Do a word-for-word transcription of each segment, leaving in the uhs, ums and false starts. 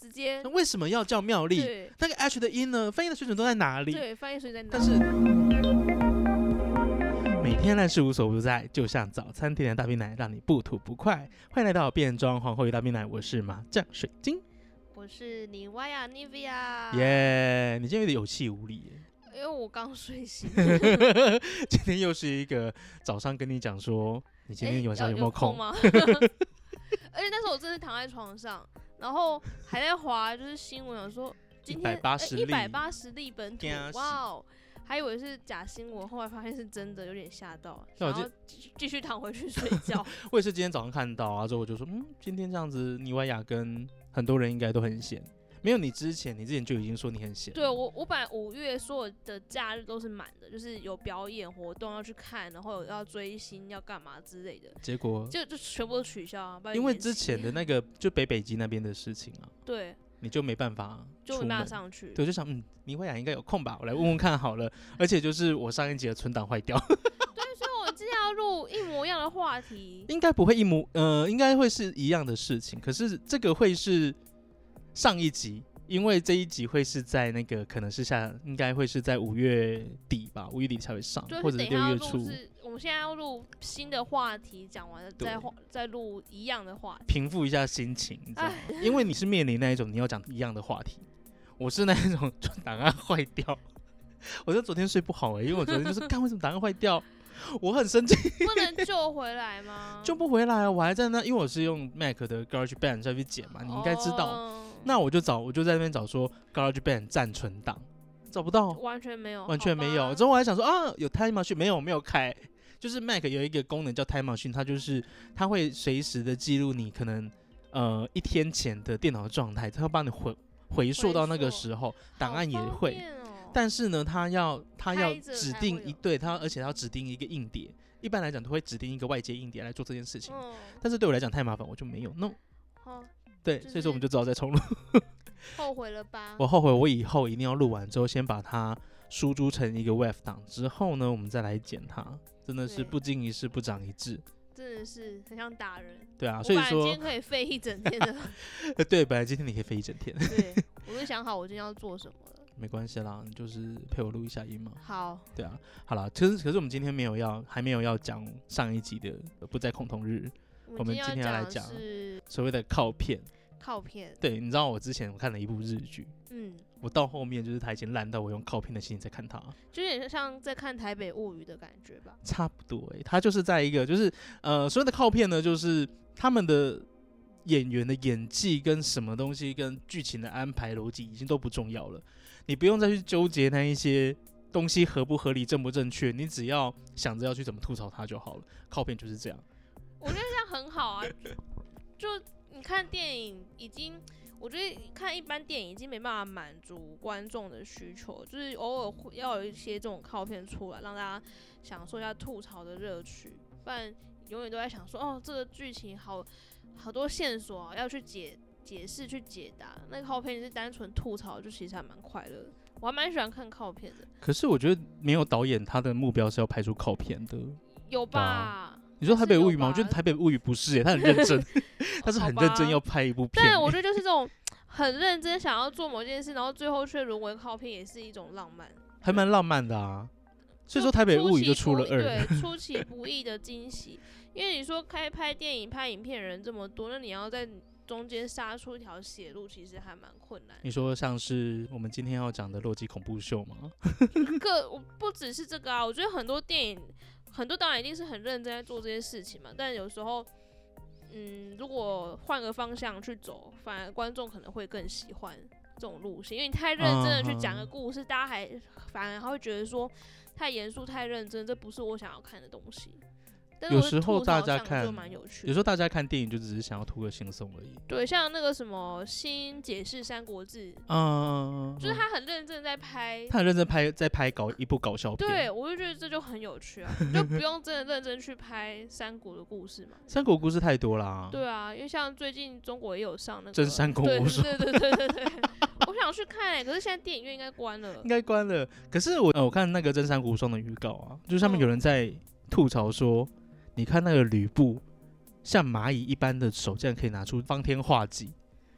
直接那为什么要叫妙丽？那个 H 的音呢？翻译的水准都在哪里？ 对，翻译水准在哪里？ 但是每天烂事无所不在，就像早餐店的大冰奶，让你不吐不快。欢迎来到变装皇后与大冰奶，我是麻酱水晶， 我是妮瓦亚 Nivea。 耶、yeah, 你今天有点有气无力耶， 因为我刚睡醒。 今天又是一个早上跟你讲说，你今天晚上有没有空？ 有空吗？而且那时候我真的躺在床上，然后还在滑，就是新闻有说今天一百八十例，一百八十例本土，哇哦！还以为是假新闻，后来发现是真的，有点吓到，然后继续躺回去睡觉。 我也是今天早上看到啊，之后我就说，嗯，今天这样子，妮瓦雅跟很多人应该都很闲。没有你之前，你之前就已经说你很闲。 对我，我本来五月所有的假日都是满的，就是有表演活动要去看，然后要追星要干嘛之类的。 结果就就全部都取消啊， 因为之前的那个就北北基那边的事情啊。 对。 你就没办法出门， 就没办法上去。 对，我就想，嗯，妮瓦雅应该有空吧，我来问问看好了。而且就是我上一集的存档坏掉。 对，所以我今天要录一模一样的话题。 应该不会一模，呃，应该会是一样的事情。可是这个会是上一集，因为这一集会是在那个可能是下，应该会是在五月底吧，五月底才会上，或者六月初。 我们现在要录新的话题，讲完了再再录一样的话题， 平复一下心情，你知道吗？因为你是面临那一种你要讲一样的话题，我是那一种档案坏掉。我就昨天睡不好哎、欸，因为我昨天就是看为什么档案坏掉，我很生气。 不能救回来吗？ 救不回来，我还在那，因为我是用 Mac 的 GarageBand 下去剪嘛，你应该知道。哦、那我就找，我就在那边找说 GarageBand 暂存档，找不到， 完全没有， 完全没有。之后我还想说啊，有 Time Machine 没有？没有开。就是 Mac 有一个功能叫 Time Machine， 它就是它会随时的记录你可能呃一天前的电脑的状态，它会帮你回回溯到那个时候，档案也会。 哦、 但是呢，它要它要指定一对它，而且它要指定一个硬碟。一般来讲都会指定一个外接硬碟来做这件事情，嗯、但是对我来讲太麻烦，我就没有弄。哦、对、就是，所以说我们就只好再重录。 后悔了吧？ 我后悔，我以后一定要录完之后，先把它输出成一个 W A V 档，之后呢，我们再来剪它。真的是不经一事不长一智， 真的是很像打人。 对啊，所以说今天可以飞一整天的。 对，本来今天你可以飞一整天。 对，我就想好我今天要做什么了。 没关系啦，你就是陪我录一下音嘛。 好。 对啊，好啦，可是可是我们今天没有要，还没有要讲上一集的不在恐同日，我们今天要来讲所谓的靠片。 靠片。 对，你知道我之前我看了一部日剧， 嗯。 我到后面就是它已经烂到我用靠片的心情在看它， 就有点像在看台北物语的感觉吧。 差不多哎、欸，它就是在一个就是呃所谓的靠片呢，就是他们的演员的演技跟什么东西跟剧情的安排逻辑已经都不重要了，你不用再去纠结那一些东西合不合理正不正确，你只要想着要去怎么吐槽它就好了。靠片就是这样， 我觉得这样很好啊。就你看电影已经。我觉得看一般电影已经没办法满足观众的需求，就是偶尔要有一些这种靠片出来，让大家享受一下吐槽的热趣，不然永远都在想说，哦，这个剧情好好多线索、啊、要去解解释去解答。那个靠片是单纯吐槽，就其实还蛮快乐的，我还蛮喜欢看靠片的。 可是我觉得没有导演他的目标是要拍出靠片的， 有吧？啊、 你说台北物语吗？我觉得台北物语不是耶、欸，他很认真。他是很认真要拍一部片、欸， 但我觉得就是这种很认真想要做某件事，然后最后却沦为靠片，也是一种浪漫， 还蛮浪漫的啊。所以说台北物语就出了二， 对，出其不意的惊喜。因为你说开拍电影、拍影片的人这么多，那你要在中间杀出一条血路，其实还蛮困难。 你说像是我们今天要讲的洛基恐怖秀吗？ 个不只是这个啊，我觉得很多电影、很多导演一定是很认真在做这些事情嘛，但有时候。嗯，如果换个方向去走，反而观众可能会更喜欢这种路线，因为你太认真的去讲个故事，嗯、大家还反而还会觉得说太严肃、太认真，这不是我想要看的东西。 有时候大家看， 就蛮有趣的。 有时候大家看电影就只是想要图个轻松而已。 对，像那个什么新解释三国志， 嗯， 就是他很认真在拍， 他很认真拍，在拍搞一部搞笑片。 对，我就觉得这就很有趣啊，就不用真的认真去拍三国的故事嘛。 三国故事太多啦。 对啊，因为像最近中国也有上那个真三国无双， 对对对对对对。我想去看哎、欸，可是现在电影院应该关了。 应该关了。可是我、呃、我看那个真三国无双的预告啊，就是上面有人在吐槽说。嗯你看那个吕布，像蚂蚁一般的手，竟然可以拿出方天画戟，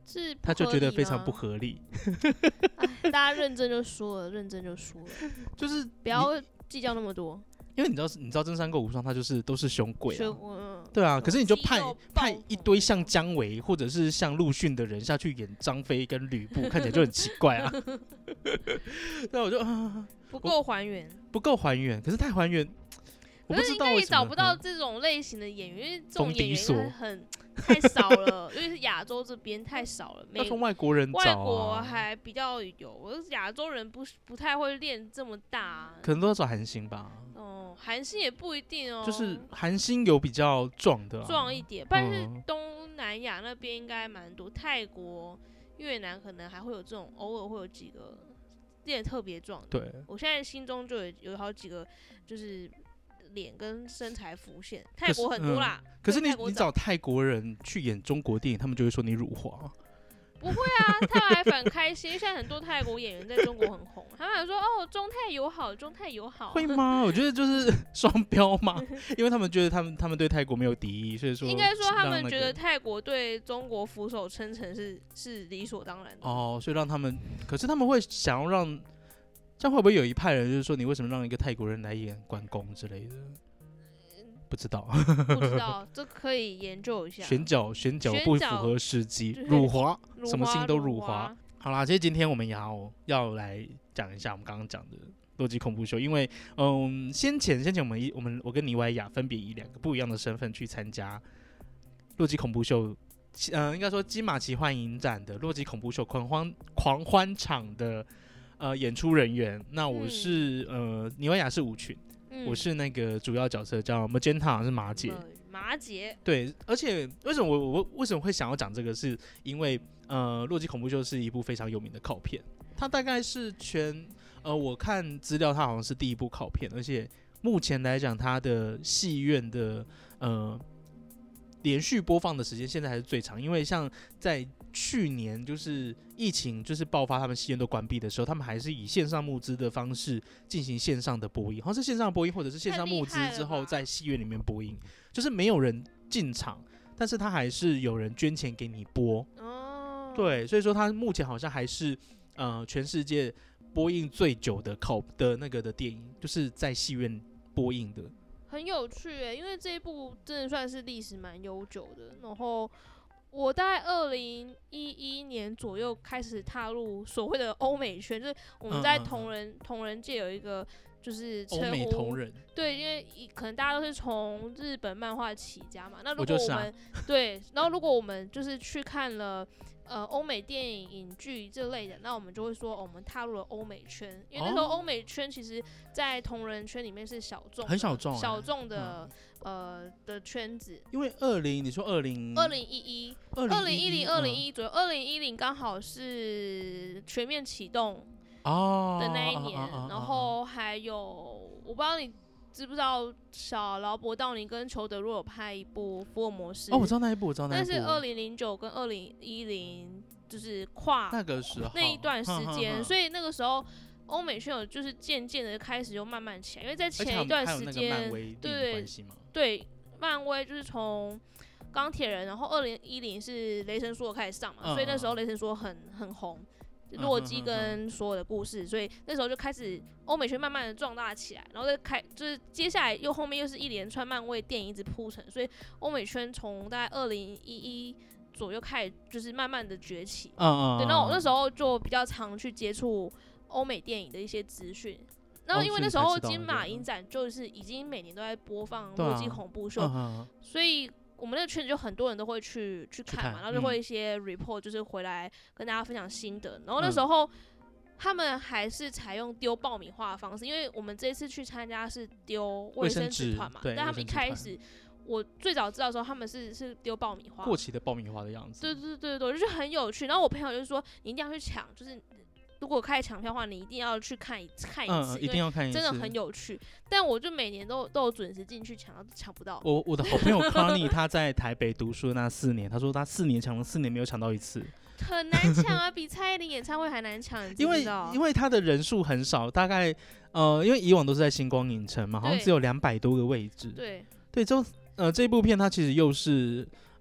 是他就觉得非常不不合理。 大家认真就说了，认真就说了， 就是不要计较那么多。 因为你知道，你知道真三国无双，它就是都是凶鬼啊， 嗯、 对啊。可是你就派派一堆像姜姜维或者是像陆逊的人下去演张飞跟吕布，看起来就很奇怪啊。对，我就啊， 不够还原， 不够还原，可是太还原。我不知道为什么， 可是应该也找不到这种类型的演员，因为这种演员冯迪索很太少了，因为是亚洲这边太少了。 要从外国人找、啊， 外国还比较有，亚洲人不不太会练这么大、啊， 可能都要找韩星吧。 哦，韩星也不一定哦， 就是韩星有比较壮的、啊， 壮一点，但是东南亚那边应该蛮多，泰国、越南可能还会有这种，偶尔会有几个练特别壮的。 对， 我现在心中就有有好几个，就是脸跟身材浮现。泰国很多啦， 可是,、嗯、可是你你找泰国人去演中国电影，他们就会说你辱华。 不会啊，他们还反开心，因为现在很多泰国演员在中国很红，他们还说哦中泰友好，中泰友好。 会吗？我觉得就是双标嘛，因为他们觉得他们他们对泰国没有敌意，所以说应该说他们觉得那个泰国对中国俯首称臣是是理所当然的。 哦，所以让他们，可是他们会想要让，这样会不会有一派人就是说你为什么让一个泰国人来演关公之类的？不知道， 不知道，这可以研究一下。 选角选角不符合时机，辱华，什么星都辱华。好啦，其实今天我们也要要来讲一下我们刚刚讲的洛基恐怖秀，因为嗯，先前先前我们一我们我跟倪歪雅分别以两个不一样的身份去参加洛基恐怖秀，呃，应该说金马奇幻影展的洛基恐怖秀狂欢狂欢场的呃演出人员。那我是、嗯、呃倪歪雅是舞群。我是那个主要角色叫 Magenta， 是马姐。 马姐， 对，而且为什么我我为什么会想要讲这个，是因为呃，《洛基恐怖秀》是一部非常有名的靠片，它大概是全呃，我看资料，它好像是第一部靠片，而且目前来讲，它的戏院的呃连续播放的时间现在还是最长，因为像在去年就是疫情就是爆发，他们戏院都关闭的时候，他们还是以线上募资的方式进行线上的播映，好像是线上播映或者是线上募资之后在戏院里面播映，就是没有人进场，但是他还是有人捐钱给你播。哦，对，所以说他目前好像还是呃全世界播映最久的考的那个的电影，就是在戏院播映的。 很有趣耶，因为这一部真的算是历史蛮悠久的，然后。我大概二零一一年左右开始踏入所谓的欧美圈，就是我们在同人、嗯、同人界有一个就是称呼， 欧美同人， 对，因为可能大家都是从日本漫画起家嘛。那如果我们我、啊、 对，然后如果我们就是去看了呃欧美电影、影剧这类的，那我们就会说、哦、我们踏入了欧美圈，因为那时候欧美圈其实，在同人圈里面是小众， 很小众、欸， 小众的。嗯呃的圈子， 因为二零你说二零二零一一二零一零二零一左右，二零一零刚好是全面启动的那一年，哦、然后还有我不知道你知不知道小劳勃道尼跟裘德洛有拍一部福尔摩斯， 哦，我知道那一部，我知道那一部， 但是二零零九跟二零一零就是跨那个时候那一段时间，所以那个时候。欧美圈有就是渐渐的开始又慢慢起来，因为在前一段时间，对对，漫威就是从钢铁人，然后二零一零是雷神索尔开始上嘛，嗯、所以那时候雷神索尔很很红，洛基跟所有的故事，所以那时候就开始欧美圈慢慢的壮大起来，然后再开就是接下来又后面又是一连串漫威电影一直铺陈，所以欧美圈从大概二零一一左右开始就是慢慢的崛起，嗯嗯，对，那我那时候就比较常去接触。欧美电影的一些资讯，然后因为那时候金马影展就是已经每年都在播放《洛基恐怖秀》啊，所以我们那个圈子就很多人都会去去看嘛，然后就会一些 report 就是回来跟大家分享心得。然后那时候、嗯、他们还是采用丢爆米花的方式，因为我们这一次去参加是丢卫生纸团嘛，但他们一开始。我最早知道的时候，他们是是丢爆米花， 过期的爆米花的样子。 对对对对，就是很有趣。然后我朋友就说，你一定要去抢，就是如果开抢票的话，你一定要去看一看一次， 嗯，一定要看一次， 真的很有趣。但我就每年都都有准时进去抢，抢不到。 我我的好朋友 Connie 他在台北读书的那四年，他说他四年抢了四年没有抢到一次。 很难抢啊，比蔡依林演唱会还难抢， 因为因为他的人数很少，大概呃，因为以往都是在星光影城嘛，好像只有两百多个位置。 对对，就呃这部片它其实又是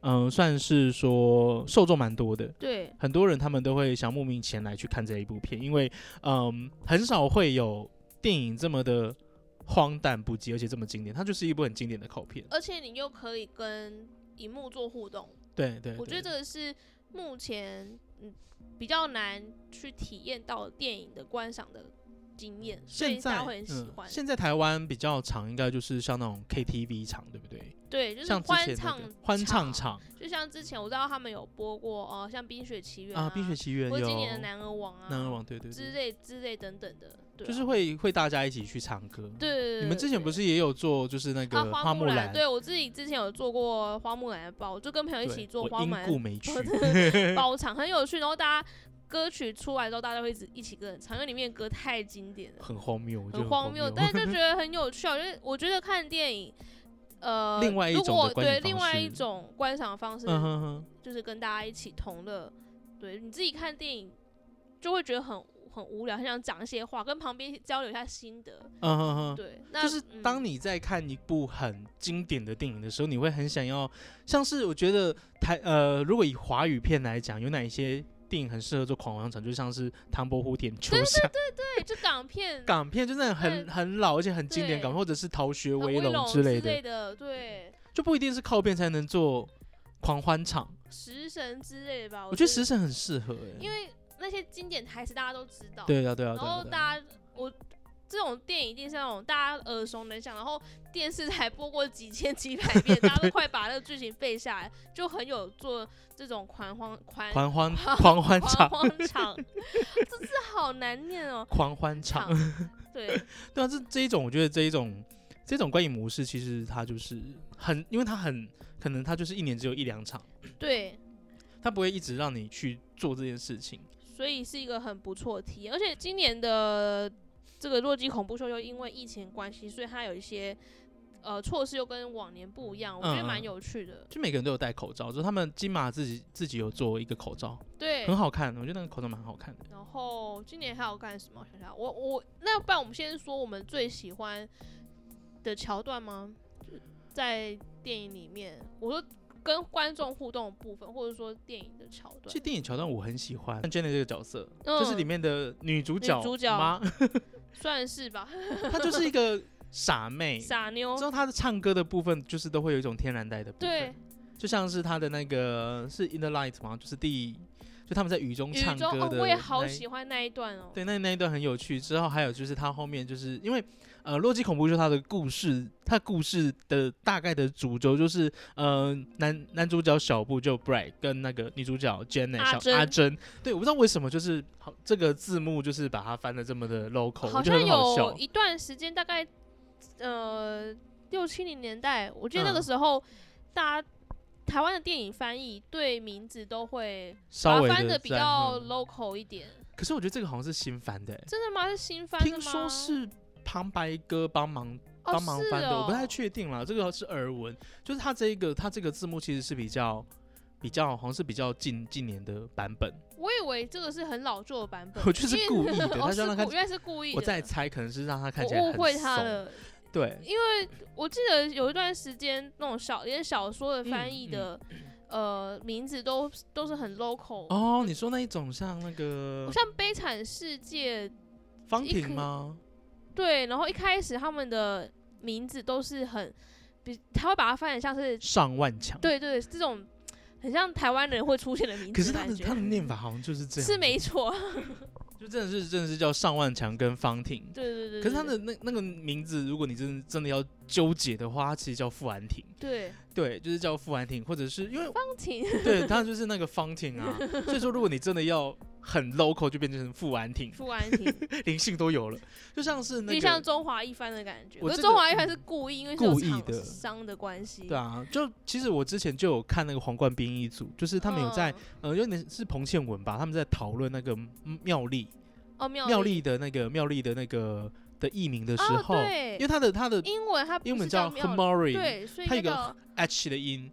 嗯、呃，算是说受众蛮多的。 对， 很多人他们都会想慕名前来去看这一部片，因为嗯，很少会有电影这么的荒诞不羁，而且这么经典，它就是一部很经典的靠片。 而且你又可以跟荧幕做互动。 对 对, 对， 我觉得这个是目前嗯比较难去体验到电影的观赏的经验，所以大家会很喜欢、 嗯。现在台湾比较常应该就是像那种 K T V 场，对不对？ 对，就是欢唱欢唱场。 就像之前我知道他们有播过哦、呃，像《冰雪奇缘》啊， 啊，《冰雪奇缘》 或者今年的《男儿王》啊，《 男儿王》对对对之类之类等等的。对啊、 就是会会大家一起去唱歌。 对, 对, 对, 对， 你们之前不是也有做就是那个花木兰？ 啊、对我自己之前有做过花木兰的包，就跟朋友一起做花木兰的包场，很有趣。然后大家歌曲出来之后，大家会一起跟着唱，因为里面的歌太经典了， 很荒谬， 很荒谬，但是就觉得很有趣。我觉得我觉得看电影，呃， 另外一种的观对另外一种观赏方式， 嗯、哼哼就是跟大家一起同乐。对，你自己看电影就会觉得很。很无聊，很想讲一些话，跟旁边交流一下心得。 嗯哼哼， 对，那就是当你在看一部很经典的电影的时候，你会很想要，像是我觉得台呃，如果以华语片来讲，有哪一些电影很适合做狂欢场，就像是《唐伯虎点秋香》， 对对对对，就港片， 港片就是很很老而且很经典港，或者是《逃学威龙》 之类的，的对， 就不一定是靠片才能做狂欢场， 食神之类的吧。我我觉得食神很适合、欸， 因为。那些经典台词大家都知道， 对啊对啊， 然后大家我这种电影一定是那种大家耳熟能详，然后电视台播过几千几百遍，大家都快把那个剧情背下来，就很有做这种狂欢狂狂欢狂欢场， 狂欢场，这是好难念哦， 狂欢场， 对对啊，这这一种我觉得这一种这种观影模式其实它就是很，因为它很可能它就是一年只有一两场， 对， 它不会一直让你去做这件事情。 所以是一个很不错的体验，而且今年的这个洛基恐怖秀又因为疫情关系，所以它有一些呃措施又跟往年不一样，我觉得蛮有趣的、嗯。 就每个人都有戴口罩，就是他们金马自己自己有做一个口罩， 对， 很好看，我觉得那个口罩蛮好看的。 然后今年还有干什么？我想想，我我那不然我们先说我们最喜欢的桥段吗？在电影里面，我说。跟观众互动的部分，或者说电影的桥段， 其实电影桥段我很喜欢 Jenny 这个角色、 嗯， 就是里面的女主角妈， 算是吧。 她就是一个傻妹、 傻妞。 之后她的唱歌的部分，就是都会有一种天然呆的部分， 对， 就像是她的那个是 In the Light 吗？就是第就他们在雨中唱歌的、 哦，我也好喜欢那一段哦。 对，那那一段很有趣。之后还有就是他后面就是因为呃，洛基恐怖秀它的故事，它故事的大概的主轴就是呃，男男主角小布就 Brad 跟那个女主角 Jenny 小阿珍。对，我不知道为什么就是好这个字幕就是把它翻的这么的 local， 好像有一段时间大概呃六七零年代，我记得那个时候、嗯、大家。台湾的电影翻译对名字都会稍微翻的比较 local 一点、嗯， 可是我觉得这个好像是新翻的、欸， 真的吗？是新翻的吗？ 听说是旁白哥帮忙帮、哦、忙翻的、哦，我不太确定啦。这个是耳闻，就是他这个他这个字幕其实是比较比较好像是比较近近年的版本。 我以为这个是很老旧的版本， 我觉得是故意的，他让他看， 原来是故意的。 我再猜，可能是让他看起来很误会他了。 对， 因为我记得有一段时间，那种小连小说的翻译的、嗯嗯、呃名字都都是很 local。 哦，你说那一种像那个， 像《悲惨世界》 方婷吗？ 对，然后一开始他们的名字都是很，比他会把它翻成像是上万强。 对对，这种很像台湾人会出现的名字。 可是他的他的念法好像就是这样， 是没错。 就真的是真的是叫上万强跟方婷， 对对 对, 对。 可是他的那那个名字，如果你真的真的要纠结的话，它其实叫傅安婷。 对对，就是叫傅安婷，或者是因为方婷， 对，他就是那个方婷啊。所以说，如果你真的要很 local， 就变成傅安婷。 傅安婷， 灵性都有了，就像是那个， 就像中华一番的感觉。 我、 这个、中华一番是故意，因为是有厂商的关系。 对啊，就其实我之前就有看那个皇冠兵役组，就是他们有在、嗯、呃，有点是彭倩文吧，他们在讨论那个妙丽。 哦，妙丽, 妙丽的那个妙丽的那个的译名的时候， 哦、 因为他的他的英文它英文叫 Humori， 对，所以它有一个 H 的音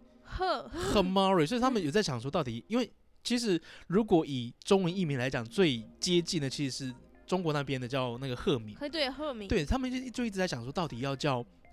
，Humori， 所以他们有在想说，到底因为其实如果以中文译名来讲，最接近的其实是中国那边的叫那个赫敏， 对，赫敏， 对他们就就一直在想说，到底要叫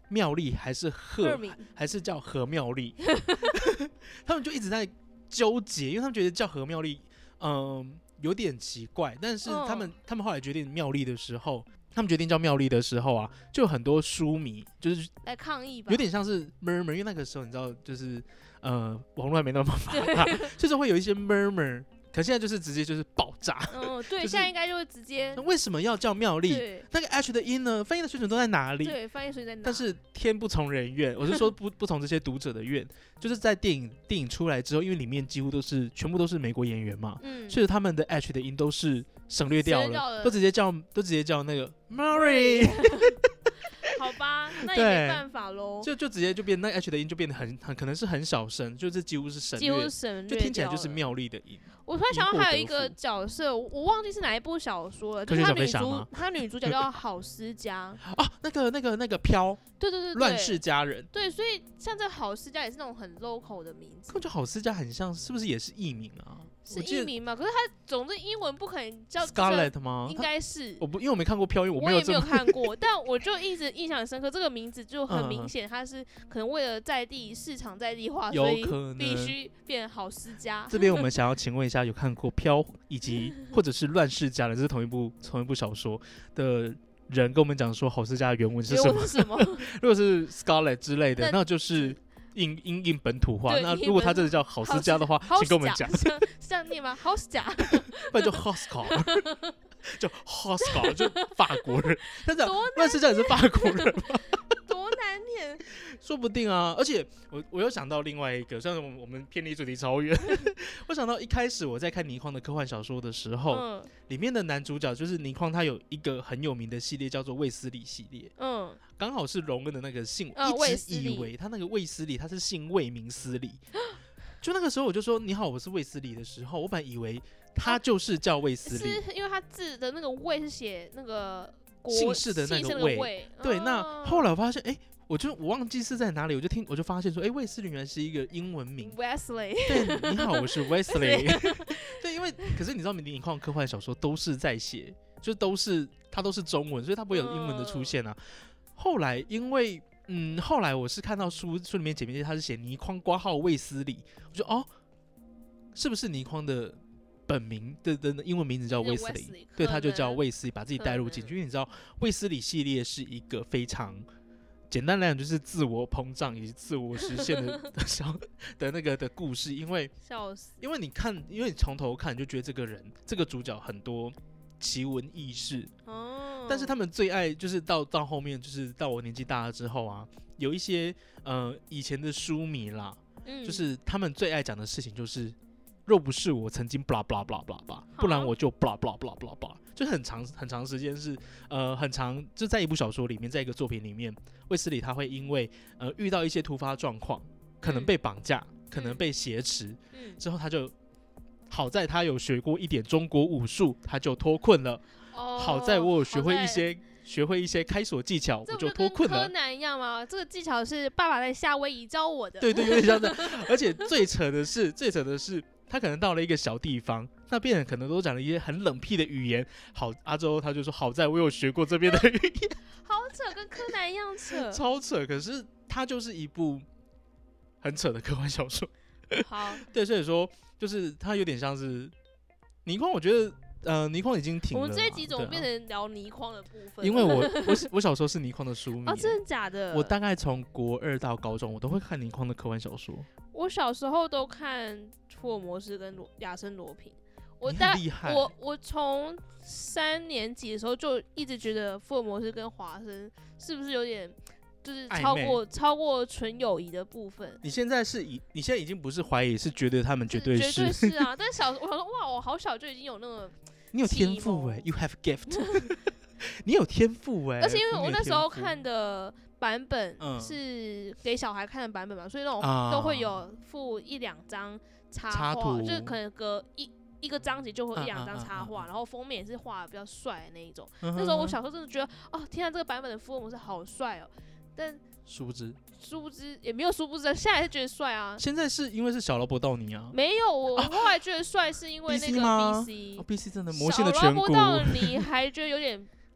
妙丽还是赫还是叫何妙丽，他们就一直在纠结，因为他们觉得叫何妙丽，嗯、呃，有点奇怪。但是他们、嗯、他们后来决定妙丽的时候，他们决定叫妙丽的时候啊，就有很多书迷就是来抗议吧， 有点像是 murmur， 因为那个时候你知道，就是呃，网络还没那么发达，就是会有一些 murmur。可现在就是直接就是爆炸， 嗯，对， 就是、 现在应该就会直接。 为什么要叫妙丽？那个 H 的音呢？翻译的水准都在哪里？ 对，翻译水准在哪？ 但是天不从人愿，我是说不不从这些读者的愿，就是在电影电影出来之后，因为里面几乎都是全部都是美国演员嘛，嗯，所以他们的 H 的音都是省略掉 了, 了，都直接叫都直接叫那个 Mary。 好吧，那也没办法喽。 就就直接就变那 H 的音就变得很很可能是很小声，就是几乎是省略， 几乎省略， 就听起来就是妙丽的音。 我突然想到还有一个角色，我忘记是哪一部小说了，就是他女主，他女主角叫郝思嘉。 哦，那个那个那个飘， 对对对， 乱世佳人。 对，所以像这郝思嘉也是那种很 local 的名字。 我觉得郝思嘉很像，是不是也是艺名啊？ 是艺名吗？可是他总之英文不可能叫 Scarlett 吗？ 应该是。 我不，因为我没看过飘，因为我没有我也没有看过，但我就一直印象很深刻。这个名字就很明显，他是可能为了在地市场在地化，所以必须变郝思嘉。 这边我们想要请问一下，有看过飘以及或者是乱世佳人，这是同一部同一部小说的人跟我们讲说，郝思嘉的原文是什么？ 是什么？ 如果是 Scarlett 之类的，那就是英英英本土化。那如果他真的叫郝思嘉的话，请跟我们讲。 是这样念吗？郝思嘉， 不然就 Hoscar， 就 Hoscar 就法国人。他讲乱世佳人是法国人吗？ 多难念， 说不定啊。而且我我又想到另外一个，虽然我们偏离主题超远，我想到一开始我在看倪匡的科幻小说的时候，嗯、里面的男主角就是倪匡，他有一个很有名的系列叫做卫斯理系列，嗯，刚好是荣恩的那个姓，嗯、一直以为他那个卫斯理他是姓魏名斯理。就那个时候我就说你好，我是卫斯理的时候，我本来以为他就是叫卫斯理， 是因为他字的那个魏是写那个姓氏的那个魏， 魏对。 哦、 那后来我发现，哎、欸，我就我忘记是在哪里，我就听我就发现说，哎、欸，卫斯理原来是一个英文名 ，Wesley。 对，你好，我是 Wesley。对，因为可是你知道，倪匡科幻小说都是在写，就都是它都是中文，所以它不会有英文的出现啊。嗯、后来因为嗯，后来我是看到书书里面简介，他是写倪匡挂号卫斯理，我就哦，是不是倪匡的本名的的英文名字叫卫斯理？对，他就叫卫斯理，把自己带入进去。因为你知道，卫斯理系列是一个非常简单来讲，就是自我膨胀以及自我实现的的小的那个的故事。因为笑死， 因为你看，因为你从头看，你就觉得这个人这个主角很多奇闻异事哦，但是他们最爱就是到到后面，就是到我年纪大了之后啊，有一些呃以前的书迷啦，嗯、就是他们最爱讲的事情就是，若不是我曾经 blah blah blah blah blah， 不然我就 blah blah blah blah blah， 就很长很长时间是呃很长，就在一部小说里面，在一个作品里面，卫斯理他会因为呃遇到一些突发状况，可能被绑架，嗯、可能被挟持，嗯、之后他就。好在他有学过一点中国武术，他就脱困了。哦、好在我有学会一些学会一些开锁技巧，我就脱困了。 这不跟柯南一样吗？这个技巧是爸爸在夏威夷教我的。 对对，有点像这样。而且最扯的是，最扯的是，他可能到了一个小地方，那边人可能都讲了一些很冷僻的语言。好，阿周他就说：“好在我有学过这边的语言。” 好扯，跟柯南一样扯。 超扯，可是它就是一部很扯的科幻小说。 好， 对，所以说。就是他有点像是倪匡，我觉得呃倪匡已经停了。 我们这一集怎么变成聊倪匡的部分？ 因为我我我小时候是倪匡的书迷哦，真的假的？ 我大概从国二到高中，我都会看倪匡的科幻小说。 我小时候都看福尔摩斯跟亚森罗平。我大我我从三年级的时候就一直觉得福尔摩斯跟华生是不是有点。就是超过超过纯友谊的部分。 你现在是以你现在已经不是怀疑，是觉得他们绝对是， 绝对是啊。但小我想说，哇，我好小就已经有那个， 你有天赋哎、欸、，You have gift， 你有天赋哎、欸。 而且因为我那时候看的版本是给小孩看的版本嘛，所以那种都会有附一两张插画，就是可能隔一。一个章节就会一两张插画，然后封面也是画的比较帅的那一种。那时候我小时候真的觉得，哦，天啊，这个版本的福尔摩斯好帅哦！但殊不知， 殊不知也没有殊不知，现在是觉得帅啊。 现在是因为是小劳勃道尼啊？ 没有，我后来觉得帅是因为那个 B C。 哦 B C 真的魔性的颧骨。 小劳勃道尼还觉得有点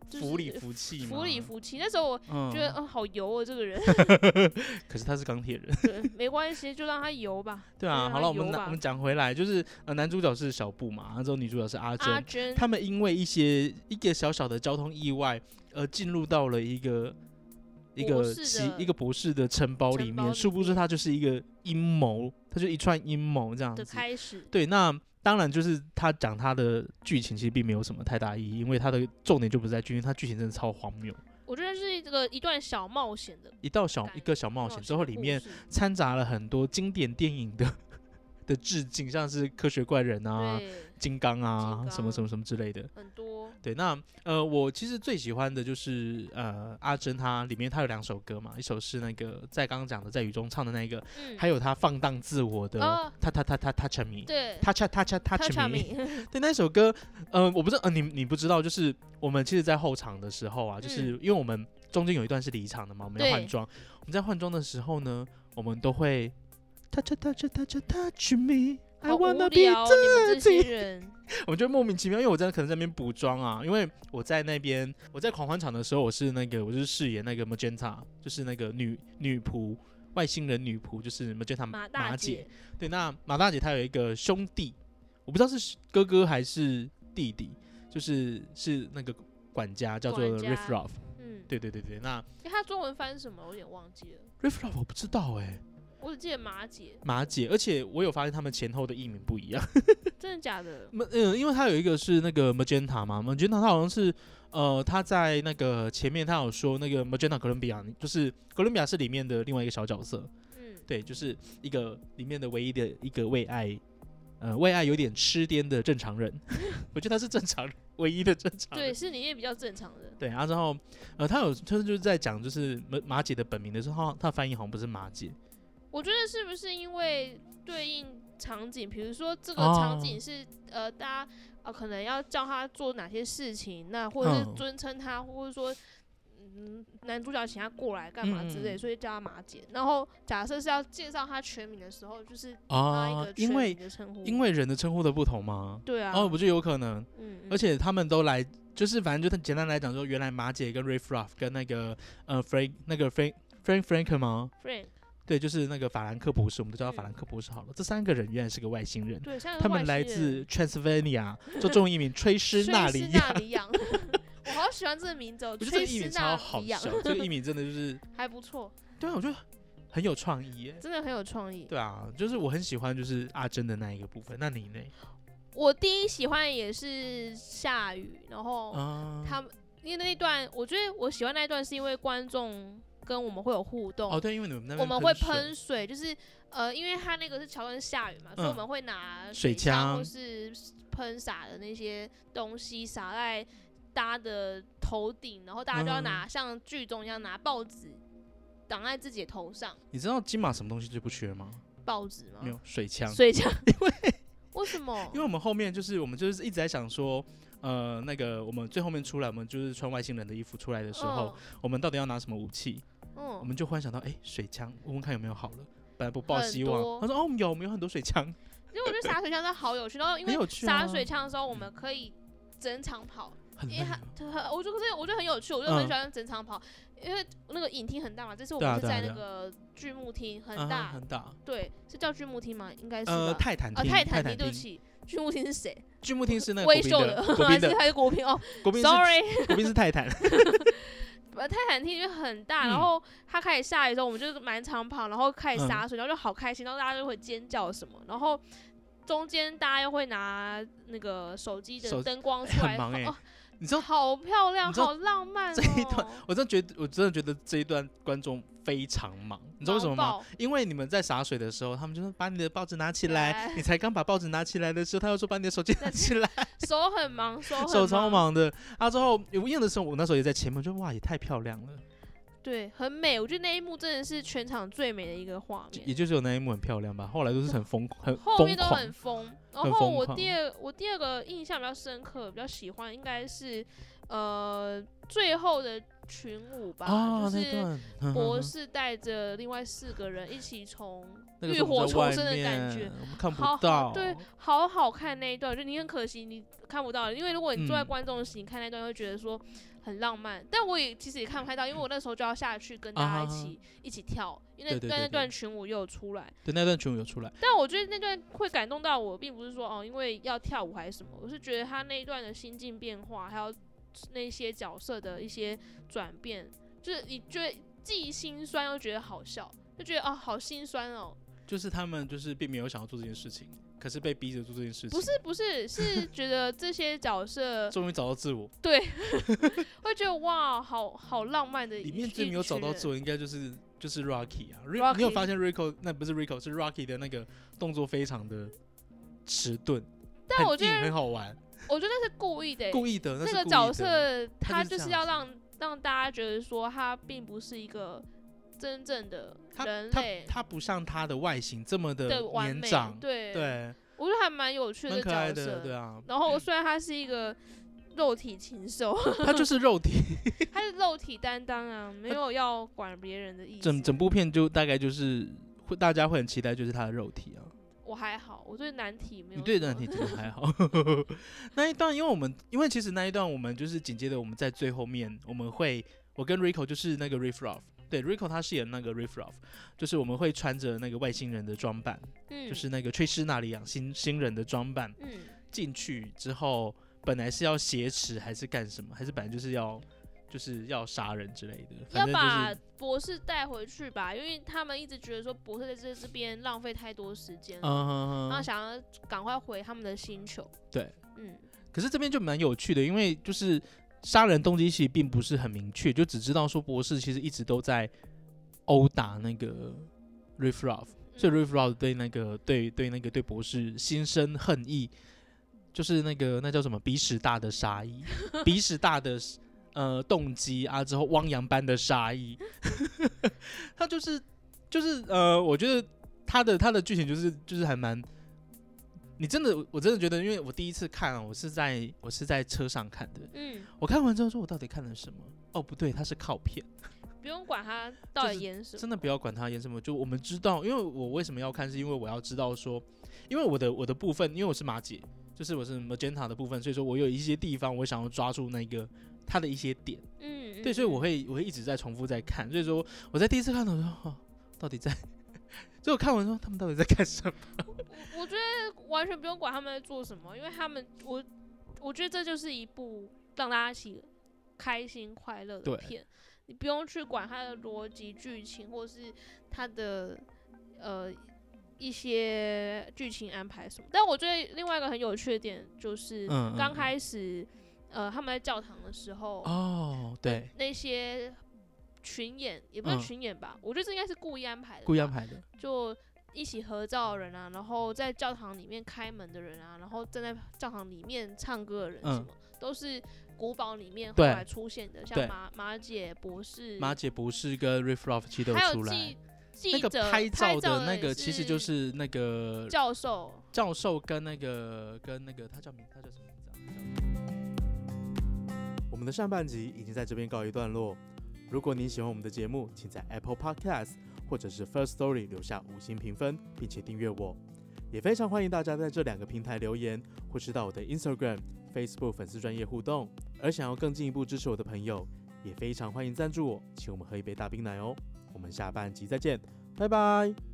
就是服里服气嘛， 服里服气。那时候我觉得，嗯、呃，好油哦，这个人。 可是他是钢铁人。 对，没关系，就让他油吧。 对啊，好了，我们我们讲回来，就是呃，男主角是小布嘛，然后女主角是阿珍。 阿珍， 他们因为一些一个小小的交通意外，而进入到了一个一个一个博士的城堡里面，殊不知它就是一个阴谋，它就一串阴谋这样子的开始。 对，那。当然，就是他讲他的剧情其实并没有什么太大意义，因为他的重点就不是在剧情，他剧情真的超荒谬。 我觉得是这个一段小冒险的， 一道小一个小冒险之后，里面掺杂了很多经典电影的的致敬，像是科学怪人啊、金刚啊、什么什么什么之类的， 很多。 对，那呃，我其实最喜欢的就是呃阿珍，她里面她有两首歌嘛，一首是那个在刚刚讲的在雨中唱的那个，嗯、还有她放荡自我的他他他他 touch me， 对 touch touch touch me， 对那首歌，呃，我不知道，呃，你你不知道，就是我们其实，在后场的时候啊，就是因为我们中间有一段是离场的嘛，我们要换装，我们在换装的时候呢，我们都会 touch touch touch touch me。I wanna be 自己，我们就莫名其妙，因为我真的可能在那边补妆啊，因为我在那边，我在狂欢场的时候，我是那个，我就是饰演那个 Magenta， 就是那个女女仆，外星人女仆，就是 Magenta 马大姐。 对，那马大姐她有一个兄弟，我不知道是哥哥还是弟弟，就是是那个管家，叫做 Riff Raff。嗯，对对对对，那欸、他中文翻是什么？我有点忘记了。 Riff Raff 我不知道哎、欸。 我只记得马姐， 马姐，而且我有发现他们前后的译名不一样。 真的假的？ 嗯，因为他有一个是那个 Magenta 嘛 ，Magenta 他好像是呃他在那个前面他有说那个 Magenta 哥伦比亚，就是哥伦比亚是里面的另外一个小角色。嗯，对，就是一个里面的唯一的一个为爱，呃，为爱有点痴癫的正常人。我觉得他是正常人，唯一的正常人。 对，是里面比较正常的。 对啊，然后呃他有他就是在讲就是马姐的本名的时候，他的翻译好像不是马姐。 我觉得是不是因为对应场景，比如说这个场景是、哦、呃大家呃可能要叫他做哪些事情，那或者是尊称他，嗯、或者说嗯男主角请他过来干嘛之类，嗯、所以叫他马姐。然后假设是要介绍他全名的时候，就是他一个全名的称呼、哦， 因为人的称呼的不同吗？ 对啊， 哦，我觉得有可能，嗯嗯而且他们都来，就是反正就简单来讲说，原来马姐跟 Riff Raff 跟那个呃 Frank 那个 Frank Frank Frank 吗 ？Frank。 对，就是那个法兰克博士，我们都叫他法兰克博士好了。嗯、这三个人原来是个外星人， 对， 他们来自 Transylvania， 做中文译名吹师纳里亚。我好喜欢这个名字， 我觉得这个译名超好笑，这个译名真的就是还不错。 对啊，我觉得很有创意耶， 真的很有创意。 对啊，就是我很喜欢就是阿珍的那一个部分。那你呢？ 我第一喜欢的也是下雨，然后他们、啊、因为那一段，我觉得我喜欢那一段是因为观众。跟我们会有互动哦，对，因为你们那边我们会喷水，就是呃，因为它那个是桥段下雨嘛，嗯、所以我们会拿水枪或是喷洒的那些东西洒在大家的头顶，然后大家就要拿、嗯、像剧中一样拿报纸挡在自己的头上。 你知道金马什么东西最不缺吗？ 报纸吗？ 没有，水枪。 水枪， 因为为什么？ 因为我们后面就是我们就是一直在想说。呃，那个我们最后面出来，我们就是穿外星人的衣服出来的时候，嗯、我们到底要拿什么武器？嗯，我们就忽然想到，哎、欸，水枪，问问看有没有好了。本来不抱希望，他说哦有，我们有很多水枪。 因为我觉得洒水枪真的好有趣，然后因为洒水枪的时候，我们可以整场跑， 很因为它，我觉得我觉得很有趣，我就很喜欢整场跑，嗯、因为那个影厅很大嘛，这次我们是在那个剧目厅，很大、 啊、很大， 对，是叫剧目厅吗？应该是吧呃泰坦厅， 呃泰坦厅，对不起。剧目厅是谁？ 剧目厅是那个微秀的， 国宾的， 还是国宾哦？ 国宾 ，sorry， 国宾是泰坦。 泰坦厅就很大，然后它开始下雨的时候，我们就满场跑，然后开始洒水，然后就好开心，然后大家就会尖叫什么，然后中间大家又会拿那个手机的灯光出来， 很忙哎、欸哦， 你知道好漂亮，好浪漫哦。 这一段我真的觉得，我真的觉得这一段观众非常忙，你知道为什么吗？因为你们在洒水的时候，他们就说把你的报纸拿起来，你才刚把报纸拿起来的时候，他又说把你的手机拿起来， 手很忙，手很忙手超忙的。啊，之后有映的时候，我那时候也在前面，我觉得哇，也太漂亮了。 对，很美，我觉得那一幕真的是全场最美的一个画面。 也就是有那一幕很漂亮吧，后来都是很疯，很后面都很疯。然后我第二我第二个印象比较深刻，比较喜欢应该是呃最后的群舞吧， 哦、 就是博士带着另外四个人一起从那个浴火重生的在外感觉面，我们看不好到。 好对，好好看那一段，就你很可惜你看不到，因为如果你坐在嗯观众席，你看那段会觉得说很浪漫，但我也其实也看不太到，因为我那时候就要下去跟大家一起、 啊、 一起跳，因为对对对对那段群舞也有出来。 对，那段群舞有出来。 但我觉得那段会感动到我，并不是说哦，因为要跳舞还是什么，我是觉得他那一段的心境变化，还有那些角色的一些转变，就是你觉得既心酸又觉得好笑，就觉得哦好心酸哦。 就是他们就是并没有想要做这件事情，可是被逼着做这件事情。 不是不是，是觉得这些角色终于找到自我。 对，会觉得哇，好好浪漫的一。 里面最没有找到自我，应该就是就是 Rocky 啊。 Rocky 你有发现 Rico 那不是 Rico 是 Rocky 的那个动作非常的迟钝， 但我觉得很好玩。 我觉得那是故意的、欸， 故意的。那, 那个角色他他就是要让让大家觉得说他并不是一个真正的人类， 他, 他, 他不像他的外形这么的年长， 对对， 我觉得还蛮有趣的角色， 对啊。 然后虽然他是一个肉体禽兽， 他就是肉体， 他是肉体担当啊，没有要管别人的意思。 整整部片就大概就是会大家会很期待，就是他的肉体啊。 我还好，我对难题没有。 你对难题真的还好。那一段，因为我们因为其实那一段我们就是紧接着我们在最后面我们会，我跟 Rico 就是那个 Riff Raff， 对 Rico 他饰演那个 Riff Raff， 就是我们会穿着那个外星人的装扮，嗯、就是那个吹师那里养新新人的装扮，嗯，进去之后本来是要挟持还是干什么，还是本来就是要。就是要杀人之类的，反正就是、 要把博士带回去吧，因为他们一直觉得说博士在这这边浪费太多时间了，嗯、然后想要赶快回他们的星球。 对，嗯，可是这边就蛮有趣的，因为就是杀人动机其实并不是很明确，就只知道说博士其实一直都在殴打那个 Riff Raff，、嗯、所以 Riff Raff 对那个对对那个对博士心生恨意，就是那个那叫什么鼻屎大的杀意，鼻屎大的。呃，动机啊，之后汪洋般的杀意，他就是就是呃，我觉得他的他的剧情就是就是还蛮，你真的我真的觉得，因为我第一次看、啊，我是在我是在车上看的，嗯，我看完之后说，我到底看了什么？哦，不对，它是靠片， 不用管他到底演什么， 真的不要管他演什么，就我们知道，因为我为什么要看，是因为我要知道说，因为我的我的部分，因为我是马姐，就是我是 Magenta 的部分，所以说我有一些地方我想要抓住那个。他的一些点，嗯，对，所以我会我会一直在重复在看，所以说我在第一次看的时候，哦、到底在，所以我看完说他们到底在干什么？ 我, 我觉得完全不用管他们在做什么，因为他们我我觉得这就是一部让大家一起开心快乐的片，你不用去管它的逻辑、剧情，或是它的呃一些剧情安排什么。但我觉得另外一个很有趣的点就是，刚开始。嗯嗯呃，他们在教堂的时候， 哦，对， 那些群演也不是群演吧、嗯，我觉得这应该是故意安排的， 故意安排的， 就一起合照的人啊，然后在教堂里面开门的人啊，然后站在教堂里面唱歌的人，什么、嗯、都是古堡里面后来出现的，像马马姐博士、 马姐博士跟 Riff Raff 其实都有出来。那个拍照的那个其实就是那个教授， 教授跟那个跟那个他叫名他叫什么名字啊？我们的上半集已经在这边告一段落。如果您喜欢我们的节目，请在 Apple Podcast 或者是 First Story 留下五星评分，并且订阅我。也非常欢迎大家在这两个平台留言，或是到我的 Instagram、Facebook 粉丝专页互动。而想要更进一步支持我的朋友，也非常欢迎赞助我，请我们喝一杯大冰奶哦。我们下半集再见，拜拜。